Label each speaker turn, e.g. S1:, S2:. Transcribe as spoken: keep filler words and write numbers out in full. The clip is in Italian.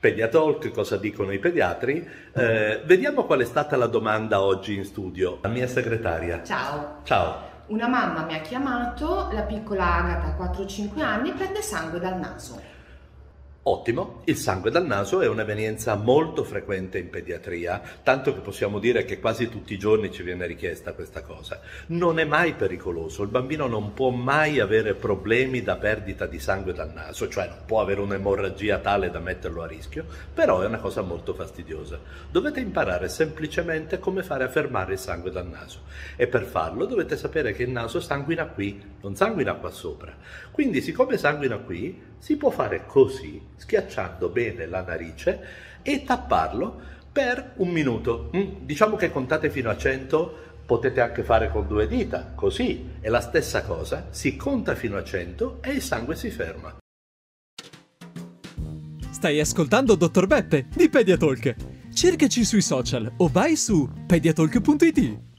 S1: Pediatalk, cosa dicono i pediatri? Eh, vediamo qual è stata la domanda oggi in studio. La mia segretaria.
S2: Ciao.
S1: Ciao.
S2: Una mamma mi ha chiamato, la piccola Agata ha quattro cinque anni e prende sangue dal naso.
S1: Ottimo, il sangue dal naso è un'evenienza molto frequente in pediatria, tanto che possiamo dire che quasi tutti i giorni ci viene richiesta questa cosa. Non è mai pericoloso, il bambino non può mai avere problemi da perdita di sangue dal naso, cioè non può avere un'emorragia tale da metterlo a rischio, però è una cosa molto fastidiosa. Dovete imparare semplicemente come fare a fermare il sangue dal naso e per farlo dovete sapere che il naso sanguina qui, non sanguina qua sopra. Quindi siccome sanguina qui, si può fare così, schiacciando bene la narice e tapparlo per un minuto. Mm, diciamo che contate fino a cento, potete anche fare con due dita, così. È la stessa cosa, si conta fino a cento e il sangue si ferma.
S3: Stai ascoltando Dottor Beppe di Pediatalk. Cercaci sui social o vai su pediatalk punto it.